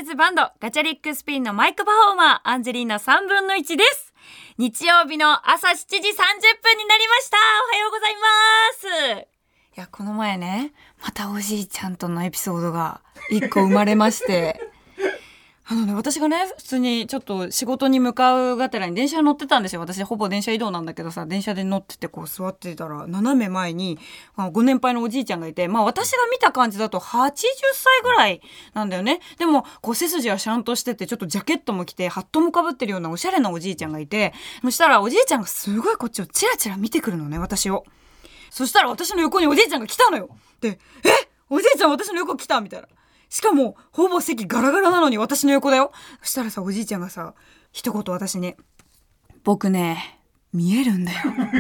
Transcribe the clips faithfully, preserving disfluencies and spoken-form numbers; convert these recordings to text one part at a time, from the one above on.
ズバンドガチャリックスピンのマイクパフォーマーアンジェリーナさんぶんのいちです。日曜日の朝しちじさんじゅっぷんになりました。おはようございます。いや、この前ね、またおじいちゃんとのエピソードがいっこ生まれましてあのね、私がね、普通にちょっと仕事に向かうがてらに電車に乗ってたんですよ。私ほぼ電車移動なんだけどさ、電車で乗っててこう座ってたら、斜め前にご年配のおじいちゃんがいて、まあ私が見た感じだとはちじゅっさいぐらいなんだよね。でも、こう背筋はシャンとしてて、ちょっとジャケットも着て、ハットもかぶってるようなおしゃれなおじいちゃんがいて、そしたらおじいちゃんがすごいこっちをチラチラ見てくるのね、私を。そしたら私の横におじいちゃんが来たのよ。で、えおじいちゃん私の横来たみたいな。しかもほぼ席ガラガラなのに私の横だよ。そしたらさ、おじいちゃんがさ、一言私に、僕ね見えるんだよ何が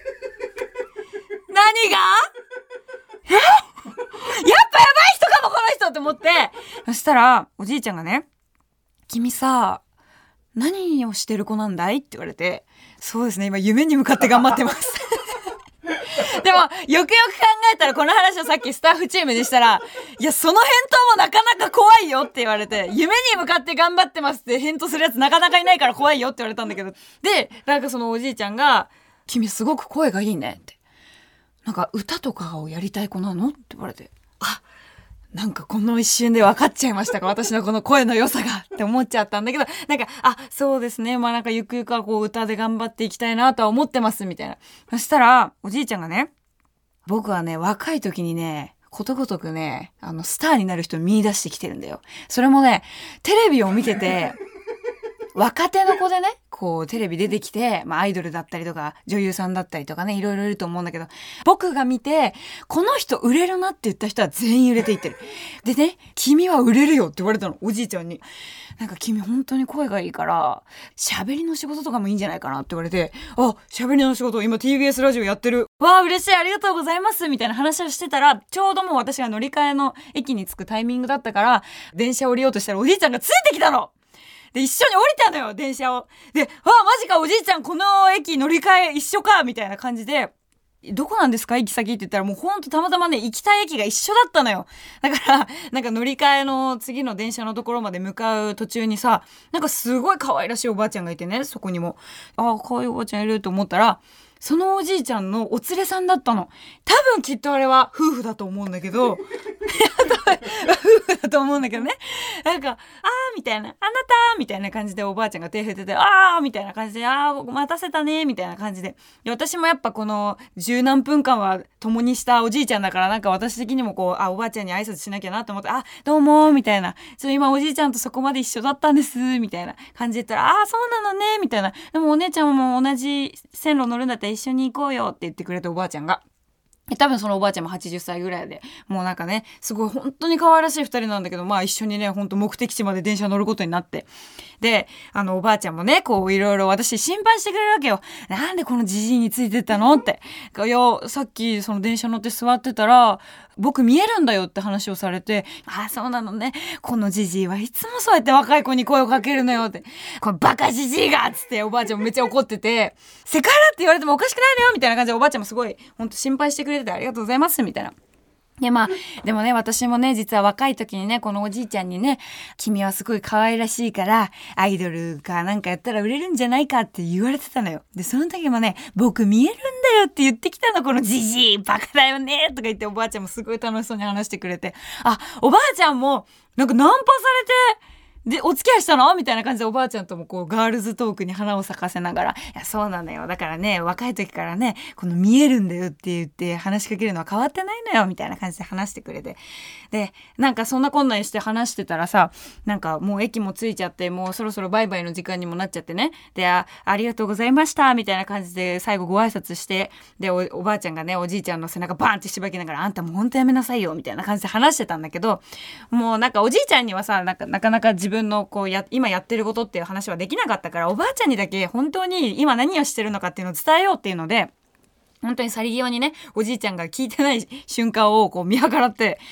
えやっぱやばい人かもこの人って思って、そしたらおじいちゃんがね、君さ何をしてる子なんだいって言われて、そうですね、今夢に向かって頑張ってますでもよくよく考えたら、この話をさっきスタッフチームでしたら、いやその返答もなかなか怖いよって言われて、夢に向かって頑張ってますって返答するやつなかなかいないから怖いよって言われたんだけど、でなんかそのおじいちゃんが、君すごく声がいいねって、なんか歌とかをやりたい子なのって言われて、あ、なんかこの一瞬で分かっちゃいましたか、私のこの声の良さがって思っちゃったんだけど、なんか、あ、そうですね、まあなんかゆくゆくはこう歌で頑張っていきたいなとは思ってますみたいな。そしたらおじいちゃんがね、僕はね若い時にねことごとくねあのスターになる人を見出してきてるんだよ。それもねテレビを見てて若手の子でね、こうテレビ出てきて、まあアイドルだったりとか女優さんだったりとかね、いろいろいると思うんだけど、僕が見てこの人売れるなって言った人は全員売れていってる。でね、君は売れるよって言われたの、おじいちゃんに。なんか君本当に声がいいから喋りの仕事とかもいいんじゃないかなって言われて、あ、喋りの仕事今 ティービーエス ラジオやってる、わあ嬉しい、ありがとうございますみたいな話をしてたら、ちょうどもう私が乗り換えの駅に着くタイミングだったから、電車降りようとしたらおじいちゃんがついてきたの。で一緒に降りたのよ、電車を。で、あ、マジか、おじいちゃんこの駅乗り換え一緒かみたいな感じで、どこなんですか行き先って言ったら、もうほんとたまたまね行きたい駅が一緒だったのよ。だからなんか乗り換えの次の電車のところまで向かう途中にさ、なんかすごい可愛らしいおばあちゃんがいてね、そこにも、あ、可愛いおばあちゃんいると思ったら、そのおじいちゃんのお連れさんだったの。多分きっとあれは夫婦だと思うんだけど夫婦だと思うんだけどね、なんか、あーみたいな、あなたみたいな感じでおばあちゃんが手振ってて、あーみたいな感じで、あー待たせたねみたいな感じで、で私もやっぱこの十何分間は共にしたおじいちゃんだから、なんか私的にもこう、あ、おばあちゃんに挨拶しなきゃなと思って、あ、どうもみたいな、ちょっと今おじいちゃんとそこまで一緒だったんですみたいな感じで言ったら、あーそうなのねみたいな、でもお姉ちゃんも同じ線路乗るんだったら一緒に行こうよって言ってくれたおばあちゃんが、多分そのおばあちゃんもはちじゅっさいぐらいで、もうなんかねすごい本当に可愛らしいふたりなんだけど、まあ一緒にね本当目的地まで電車乗ることになって、であのおばあちゃんもねこういろいろ私心配してくれるわけよ。なんでこのじじいについてったのって、いやさっきその電車乗って座ってたら僕見えるんだよって話をされて、あ、そうなのね、このじじいはいつもそうやって若い子に声をかけるのよって、このバカじじいがっつっておばあちゃんもめっちゃ怒ってて、セクハラって言われてもおかしくないのよみたいな感じでおばあちゃんもすごい本当心配してくれてて、ありがとうございますみたいな。でまあでもね、私もね実は若い時にねこのおじいちゃんにね、君はすごい可愛らしいからアイドルかなんかやったら売れるんじゃないかって言われてたのよ。でその時もね、僕見えるんだよって言ってきたの、このじじいバカだよねとか言って、おばあちゃんもすごい楽しそうに話してくれて、あ、おばあちゃんもなんかナンパされてでお付き合いしたのみたいな感じでおばあちゃんともこうガールズトークに花を咲かせながら、いやそうなのよ、だからね若い時からねこの見えるんだよって言って話しかけるのは変わってないのよみたいな感じで話してくれて、でなんかそんなこんなにして話してたらさ、なんかもう駅も着いちゃって、もうそろそろバイバイの時間にもなっちゃってね、で あ, ありがとうございましたみたいな感じで最後ご挨拶して、で お, おばあちゃんがねおじいちゃんの背中バーンってしばきながら、あんたもうほんとやめなさいよみたいな感じで話してたんだけど、もうなんかおじいちゃんにはさなんかなかなか自分自分のこうや今やってることっていう話はできなかったから、おばあちゃんにだけ本当に今何をしてるのかっていうのを伝えようっていうので、本当に去り際にねおじいちゃんが聞いてない瞬間をこう見計らって、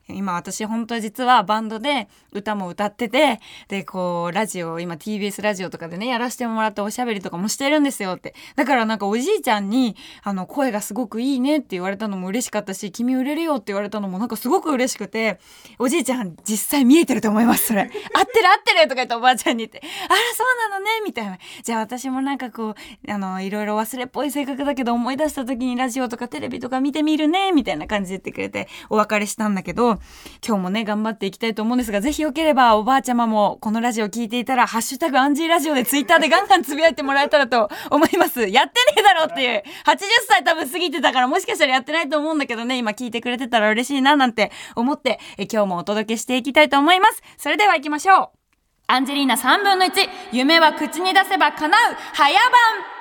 今私本当は実はバンドで歌も歌ってて、でこうラジオ今 ティービーエス ラジオとかでねやらせてもらっておしゃべりとかもしてるんですよって。だからなんかおじいちゃんにあの声がすごくいいねって言われたのも嬉しかったし、君売れるよって言われたのもなんかすごく嬉しくて、おじいちゃん実際見えてると思いますそれ。合ってる合ってるとか言っておばあちゃんに言って、あらそうなのねみたいな。じゃあ私もなんかこうあのいろいろ忘れっぽい性格だけど思い出した時にラジオとかテレビとか見てみるねみたいな感じで言ってくれてお別れしたんだけど、今日もね頑張っていきたいと思うんですが、ぜひよければおばあちゃまもこのラジオ聞いていたらハッシュタグアンジーラジオでツイッターでガンガンつぶやいてもらえたらと思います。やってねえだろっていう、はちじゅっさい多分過ぎてたからもしかしたらやってないと思うんだけどね、今聞いてくれてたら嬉しいななんて思ってえ今日もお届けしていきたいと思います。それでは行きましょう。アンジェリーナさんぶんのいち、夢は口に出せば叶う早番。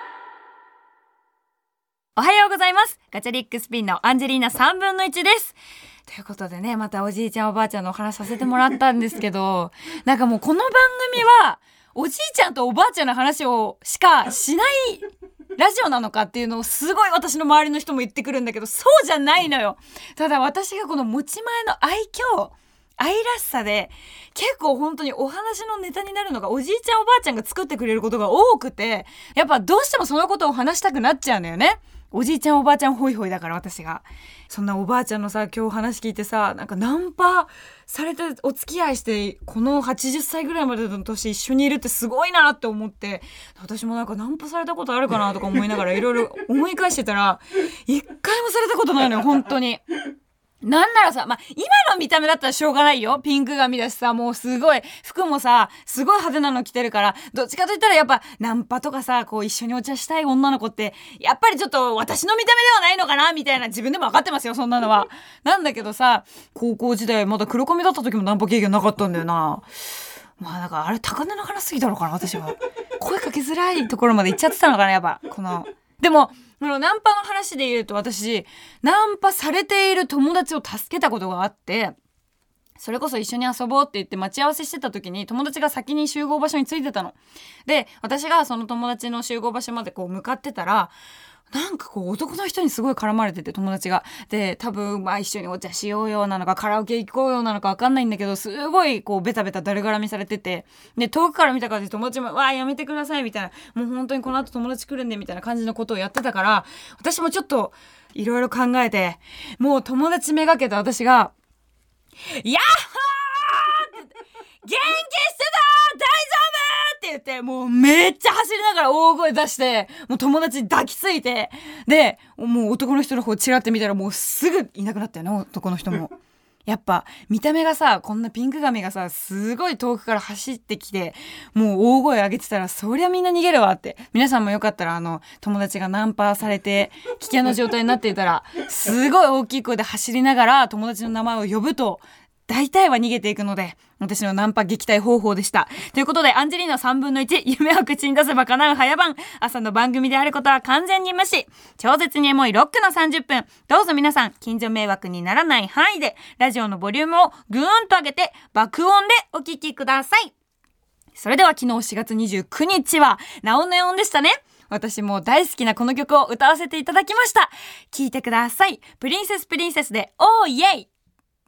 おはようございます。ガチャリックスピンのアンジェリーナさんぶんのいちです。ということでね、またおじいちゃんおばあちゃんのお話させてもらったんですけどなんかもうこの番組はおじいちゃんとおばあちゃんの話をしかしないラジオなのかっていうのをすごい私の周りの人も言ってくるんだけど、そうじゃないのよ。ただ私がこの持ち前の愛嬌愛らしさで結構本当にお話のネタになるのがおじいちゃんおばあちゃんが作ってくれることが多くて、やっぱどうしてもそのことを話したくなっちゃうんだよね。おじいちゃんおばあちゃんホイホイだから私が。そんなおばあちゃんのさ今日話聞いてさ、なんかナンパされてお付き合いしてこのはちじゅっさいぐらいまでの年一緒にいるってすごいなって思って、私もなんかナンパされたことあるかなとか思いながらいろいろ思い返してたら一回もされたことないのよ本当に。なんならさ、まあ、今の見た目だったらしょうがないよ。ピンク髪だしさ、もうすごい、服もさ、すごい派手なの着てるから、どっちかといったらやっぱ、ナンパとかさ、こう一緒にお茶したい女の子って、やっぱりちょっと私の見た目ではないのかなみたいな、自分でも分かってますよ、そんなのは。なんだけどさ、高校時代まだ黒髪だった時もナンパ経験なかったんだよな。まあなんかあれ高根の花すぎだろうかな、私は。声かけづらいところまで行っちゃってたのかな、やっぱ。この、でも、ナンパの話で言うと私ナンパされている友達を助けたことがあって、それこそ一緒に遊ぼうって言って待ち合わせしてた時に友達が先に集合場所に着いてたので、私がその友達の集合場所までこう向かってたらなんかこう男の人にすごい絡まれてて、友達がで多分まあ一緒にお茶しようよなのかカラオケ行こうよなのか分かんないんだけど、すごいこうベタベタだるがらみされてて、で遠くから見たからで友達もわあやめてくださいみたいな、もう本当にこの後友達来るんでみたいな感じのことをやってたから、私もちょっといろいろ考えて、もう友達めがけた私がヤッホーって元気してた大丈夫って言って、もうめっちゃ走りながら大声出して、もう友達に抱きついて、でもう男の人の方チラって見たらもうすぐいなくなったよね、男の人も。やっぱ見た目がさ、こんなピンク髪がさすごい遠くから走ってきてもう大声上げてたらそりゃみんな逃げるわって。皆さんもよかったらあの友達がナンパされて危険な状態になっていたらすごい大きい声で走りながら友達の名前を呼ぶと大体は逃げていくので、私のナンパ撃退方法でした。ということでアンジェリーナさんぶんのいち、夢を口に出せば叶う早番。朝の番組であることは完全に無視。超絶にエモいロックのさんじゅっぷん。どうぞ皆さん近所迷惑にならない範囲でラジオのボリュームをぐーんと上げて爆音でお聞きください。それでは昨日しがつにじゅうくにちはなおネオンでしたね。私も大好きなこの曲を歌わせていただきました。聴いてください。プリンセスプリンセスでオーイエイ。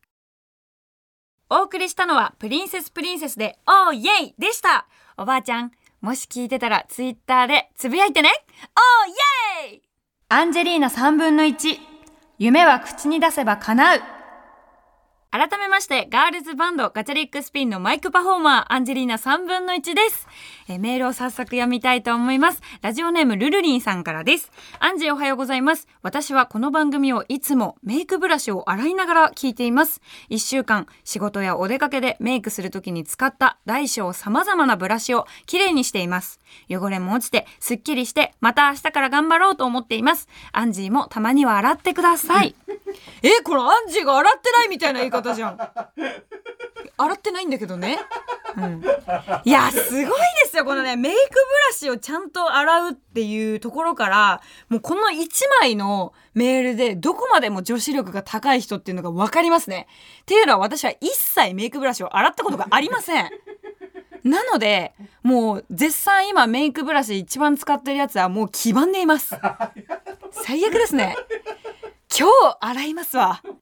お送りしたのはプリンセスプリンセスでオーイエイでした。おばあちゃん、もし聞いてたらツイッターでつぶやいてね。オーイエイ。アンジェリーナさんぶんのいち、夢は口に出せば叶う。改めましてガールズバンドガチャリックスピンのマイクパフォーマーアンジェリーナさんぶんのいちです。えメールを早速読みたいと思います。ラジオネームルルリンさんからです。アンジェおはようございます。私はこの番組をいつもメイクブラシを洗いながら聞いています。いっしゅうかん仕事やお出かけでメイクするときに使った大小様々なブラシをきれいにしています。汚れも落ちてすっきりしてまた明日から頑張ろうと思っています。アンジーもたまには洗ってください。え、このアンジーが洗ってないみたいな言い方じゃん。洗ってないんだけどね、うん、いやすごいですよこのねメイクブラシをちゃんと洗うっていうところから、もうこのいちまいのメールでどこまでも女子力が高い人っていうのが分かりますね。っていうのは私は一切メイクブラシを洗ったことがありません。なのでもう絶賛今メイクブラシ一番使ってるやつはもう黄ばんでいます。最悪ですね。今日洗いますわ。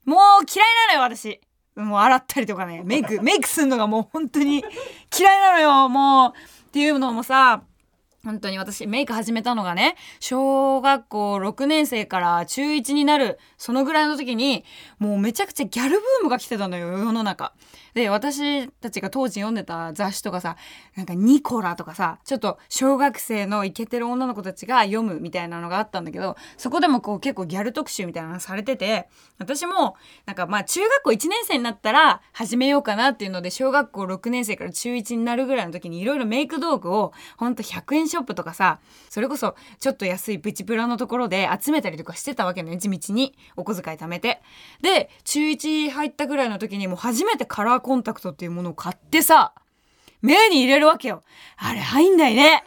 もう嫌いなのよ私。もう洗ったりとかね、メイクメイクするのがもう本当に嫌いなのよ。もうっていうのもさ、本当に私メイク始めたのがね、小学校ろくねん生からちゅういちになるそのぐらいの時に、もうめちゃくちゃギャルブームが来てたのよ、世の中で。私たちが当時読んでた雑誌とかさ、なんかニコラとかさ、ちょっと小学生のイケてる女の子たちが読むみたいなのがあったんだけど、そこでもこう結構ギャル特集みたいなのされてて、私もなんかまあ中学校いちねん生になったら始めようかなっていうので、小学校ろくねん生からちゅういちになるぐらいの時にいろいろメイク道具をほんとひゃくえんショップとかさ、それこそちょっと安いプチプラのところで集めたりとかしてたわけね、地道にお小遣い貯めて。で中いち入ったぐらいの時にもう初めてカラーコンタクトっていうものを買ってさ、目に入れるわけよ。あれ入んないね。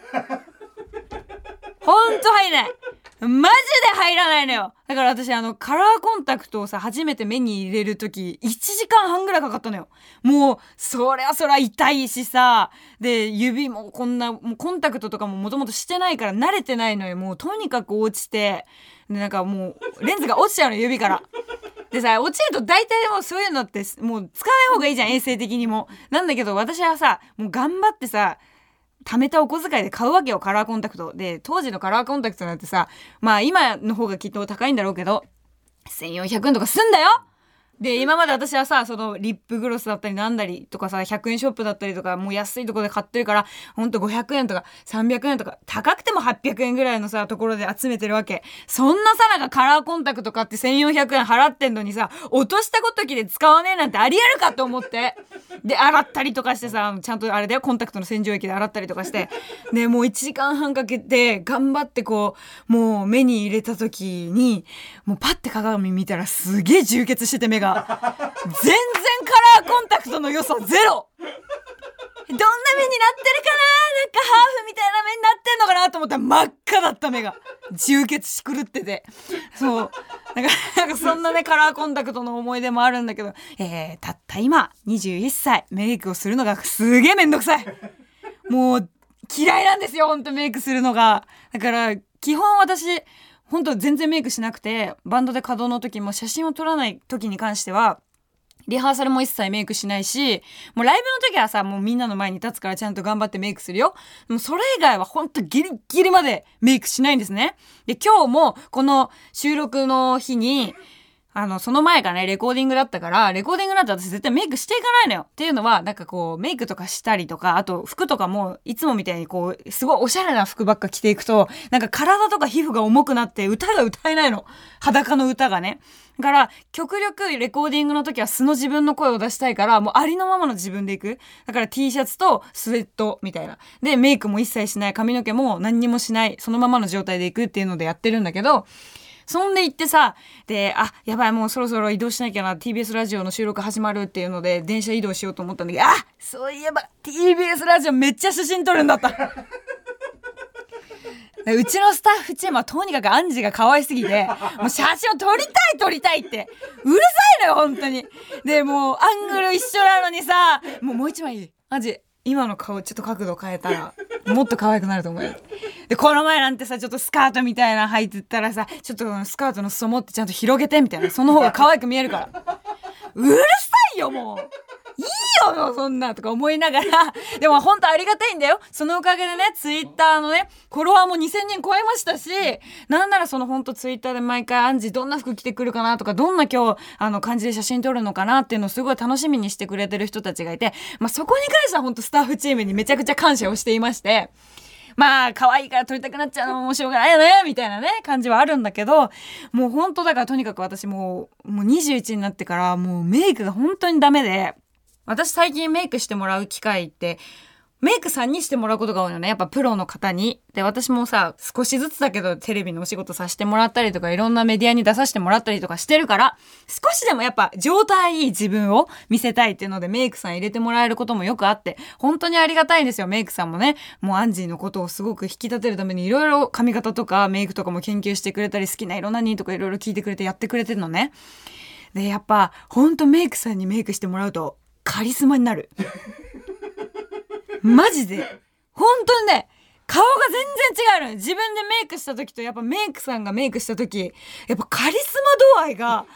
ほんと入んない。マジで入らないのよ。だから私あのカラーコンタクトをさ、初めて目に入れる時いちじかんはんぐらいかかったのよ。もうそりゃそりゃ痛いしさ、で指もこんなもうコンタクトとかももともとしてないから慣れてないのよ。もうとにかく落ちて、でなんかもうレンズが落ちちゃうの指から。でさ、落ちると大体もうそういうのってもう使わない方がいいじゃん、衛生的にも。なんだけど私はさ、もう頑張ってさ、貯めたお小遣いで買うわけよ、カラーコンタクトで。当時のカラーコンタクトなんてさ、まあ今の方がきっと高いんだろうけど、せんよんひゃくえんとかすんだよ。で今まで私はさ、そのリップグロスだったりなんだりとかさ、ひゃくえんショップだったりとか、もう安いところで買ってるから、ほんとごひゃくえんとかさんびゃくえんとか、高くてもはっぴゃくえんぐらいのさところで集めてるわけ。そんなさながカラーコンタクト買ってせんよんひゃくえん払ってんのにさ、落としたごときで使わねえなんてありえるかと思って、で洗ったりとかしてさ、ちゃんとあれだよ、コンタクトの洗浄液で洗ったりとかして、でもういちじかんはんかけて頑張ってこう、もう目に入れた時にもうパッて鏡見たらすげえ充血してて、目が全然カラーコンタクトの良さゼロ。どんな目になってるかな、なんかハーフみたいな目になってんのかなと思ったら真っ赤だった、目が充血し狂ってて。そうなんか、なんかそんなねカラーコンタクトの思い出もあるんだけど、えー、たった今にじゅういっさい、メイクをするのがすげえめんどくさい。もう嫌いなんですよ、ほんとメイクするのが。だから基本私ほんと全然メイクしなくて、バンドで稼働の時も写真を撮らない時に関してはリハーサルも一切メイクしないし、もうライブの時はさ、もうみんなの前に立つからちゃんと頑張ってメイクするよ。でもそれ以外はほんとギリギリまでメイクしないんですね。で今日もこの収録の日に、あのその前がねレコーディングだったから、レコーディングだと私絶対メイクしていかないのよ。っていうのはなんかこうメイクとかしたりとか、あと服とかもいつもみたいにこうすごいおしゃれな服ばっか着ていくと、なんか体とか皮膚が重くなって歌が歌えないの、裸の歌がね。だから極力レコーディングの時は素の自分の声を出したいから、もうありのままの自分でいく。だから T シャツとスウェットみたいなで、メイクも一切しない、髪の毛も何にもしない、そのままの状態でいくっていうのでやってるんだけど、そんで行ってさ、で、あ、やばい、もうそろそろ移動しなきゃな、 ティービーエス ラジオの収録始まるっていうので電車移動しようと思ったんだけど、あ、そういえば ティービーエス ラジオめっちゃ写真撮るんだったうちのスタッフチームはとにかくアンジが可愛すぎて、もう写真を撮りたい撮りたいってうるさいのよ本当に。でもうアングル一緒なのにさ、もうもう一枚いいアンジ、今の顔ちょっと角度変えたらもっと可愛くなると思うよ。でこの前なんてさ、ちょっとスカートみたいな履いてったらさ、ちょっとスカートの裾持ってちゃんと広げてみたいな、その方が可愛く見えるからうるさいよもう、いいよもうそんなとか思いながら、でも本当ありがたいんだよ。そのおかげでね、ツイッターのねフォロワーもにせんにん超えましたし、なんならその本当ツイッターで毎回アンジどんな服着てくるかなとか、どんな今日あの感じで写真撮るのかなっていうのをすごい楽しみにしてくれてる人たちがいて、まあそこに関しては本当スタッフチームにめちゃくちゃ感謝をしていまして、まあ可愛いから撮りたくなっちゃうのもしょうがないよねみたいなね感じはあるんだけど、もう本当だからとにかく私もうもうにじゅういちになってからもうメイクが本当にダメで、私最近メイクしてもらう機会ってメイクさんにしてもらうことが多いのね、やっぱプロの方に。で私もさ少しずつだけどテレビのお仕事させてもらったりとか、いろんなメディアに出させてもらったりとかしてるから、少しでもやっぱ状態いい自分を見せたいっていうのでメイクさん入れてもらえることもよくあって、本当にありがたいんですよ。メイクさんもね、もうアンジーのことをすごく引き立てるためにいろいろ髪型とかメイクとかも研究してくれたり、好きな色何とかいろいろ聞いてくれてやってくれてるのね。でやっぱ本当メイクさんにメイクしてもらうとカリスマになるマジで本当にね、顔が全然違うの。自分でメイクした時とやっぱメイクさんがメイクした時、やっぱカリスマ度合いが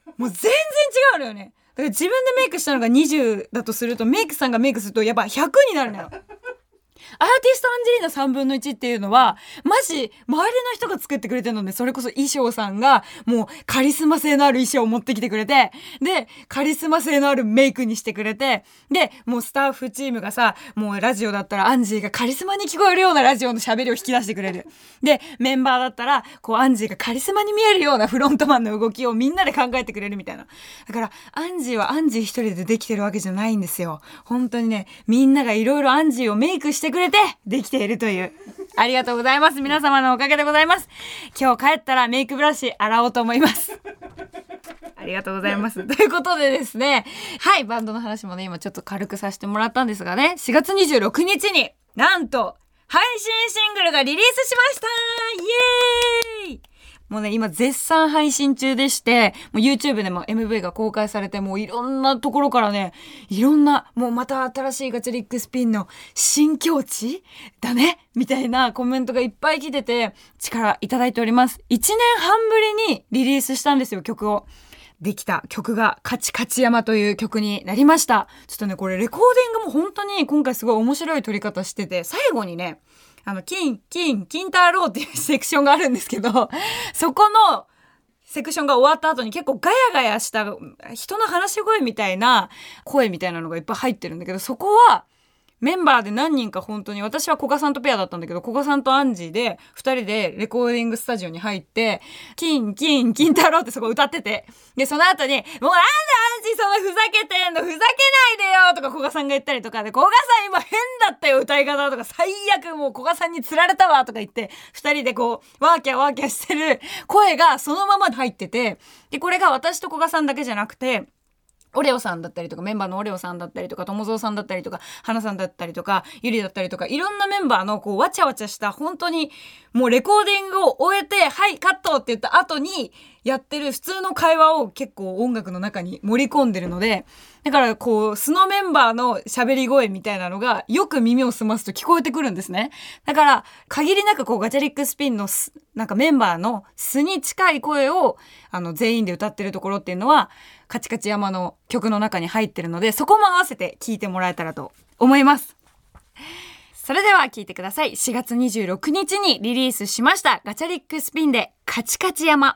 もう全然違うのよね。だから自分でメイクしたのがにじゅうだとすると、メイクさんがメイクするとやっぱひゃくになるのよ。アーティストアンジェリーナさんぶんのいちっていうのはマジ周りの人が作ってくれてるので、それこそ衣装さんがもうカリスマ性のある衣装を持ってきてくれて、でカリスマ性のあるメイクにしてくれて、でもうスタッフチームがさ、もうラジオだったらアンジーがカリスマに聞こえるようなラジオの喋りを引き出してくれる。でメンバーだったらこうアンジーがカリスマに見えるようなフロントマンの動きをみんなで考えてくれるみたいな。だからアンジーはアンジー一人でできてるわけじゃないんですよ。本当にね、みんながいろいろアンジーをメイクしてくれてできているという、ありがとうございます。皆様のおかげでございます。今日帰ったらメイクブラシ洗おうと思います。ありがとうございます。ということでですね、はい、バンドの話もね今ちょっと軽くさせてもらったんですがね、しがつにじゅうろくにちになんと配信シングルがリリースしました。イエーイ。もうね今絶賛配信中でして、もう YouTube でも エムブイ が公開されて、もういろんなところからね、いろんなもうまた新しいガチャリックスピンの新境地だねみたいなコメントがいっぱい来てて、力いただいております。いちねんはんぶりにリリースしたんですよ、曲を。できた曲がカチカチ山という曲になりました。ちょっとねこれレコーディングも本当に今回すごい面白い撮り方してて、最後にねあのキンキンキンタローっていうセクションがあるんですけど、そこのセクションが終わった後に結構ガヤガヤした人の話し声みたいな声みたいなのがいっぱい入ってるんだけど、そこはメンバーで何人か本当に、私は古賀さんとペアだったんだけど、古賀さんとアンジーでふたりでレコーディングスタジオに入ってキンキンキンタローってそこ歌ってて、でその後にもうなんでアンジーそんなふざけてんの、ふざけないでよとか古賀さんが言ったりとかで、古賀さん今変だったよ歌い方とか、最悪もう古賀さんに釣られたわとか言ってふたりでこうワーキャーワーキャーしてる声がそのまま入ってて、でこれが私と古賀さんだけじゃなくて、オレオさんだったりとか、メンバーのオレオさんだったりとか、友蔵さんだったりとか、花さんだったりとか、ゆりだったりとか、いろんなメンバーのこうわちゃわちゃした本当にもうレコーディングを終えて、はいカットって言った後にやってる普通の会話を結構音楽の中に盛り込んでるので、だからこう素のメンバーの喋り声みたいなのがよく耳を澄ますと聞こえてくるんですね。だから限りなくこうガチャリックスピンのなんかメンバーの素に近い声をあの全員で歌ってるところっていうのはカチカチ山の曲の中に入ってるので、そこも合わせて聞いてもらえたらと思います。それでは聞いてください。しがつにじゅうろくにちにリリースしましたガチャリックスピンでカチカチ山。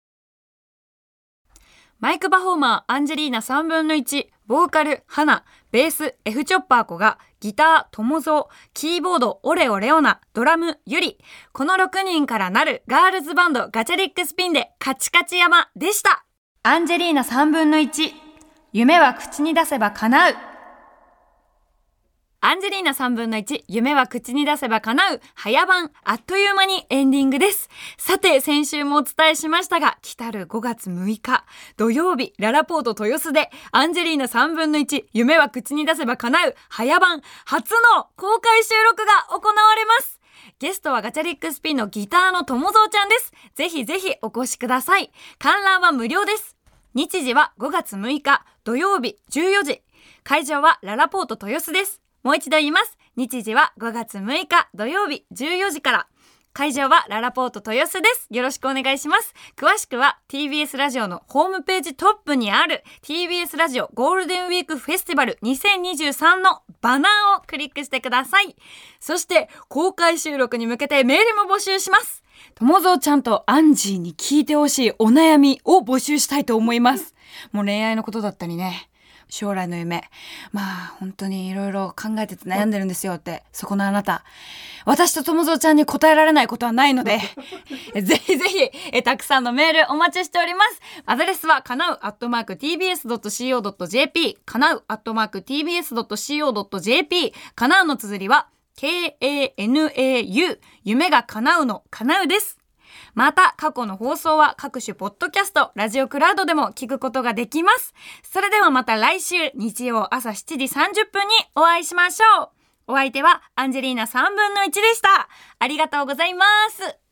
マイクパフォーマーアンジェリーナさんぶんのいち、ボーカル花、ベース F チョッパー子が、ギター友蔵、キーボードオレオレオナ、ドラムユリ、このろくにんからなるガールズバンドガチャリックスピンでカチカチ山でした。アンジェリーナさんぶんのいち、夢は口に出せば叶う。アンジェリーナさんぶんのいち、夢は口に出せば叶う、早番、あっという間にエンディングです。さて、先週もお伝えしましたが、来たるごがつむいか、土曜日、ララポート豊洲で、アンジェリーナさんぶんのいち、夢は口に出せば叶う、早番、初の公開収録が行われます。ゲストはガチャリックスピンのギターの友蔵ちゃんです。ぜひぜひお越しください。観覧は無料です。日時はごがつむいか、土曜日じゅうよじ。会場はララポート豊洲です。もう一度言います。日時はごがつむいか土曜日じゅうよじから。会場はララポート豊洲です。よろしくお願いします。詳しくは ティービーエス ラジオのホームページトップにある ティービーエス ラジオゴールデンウィークフェスティバルにせんにじゅうさんのバナーをクリックしてください。そして公開収録に向けてメールも募集します。友蔵ちゃんとアンジーに聞いてほしいお悩みを募集したいと思います。もう恋愛のことだったりね、将来の夢、まあ本当にいろいろ考えてて悩んでるんですよって、そこのあなた、私と友蔵ちゃんに答えられないことはないのでぜひぜひえたくさんのメールお待ちしております。アドレスはかなうアットマーク ティービーエスドットシーオードットジェーピー、かなうアットマーク ティービーエスドットシーオードットジェーピー、かなうの綴りは ケーエーエヌエーユー、 夢が叶うのかなうです。また過去の放送は各種ポッドキャスト、ラジオクラウドでも聞くことができます。それではまた来週日曜朝しちじさんじゅっぷんにお会いしましょう。お相手はアンジェリーナさんぶんのいちでした。ありがとうございます。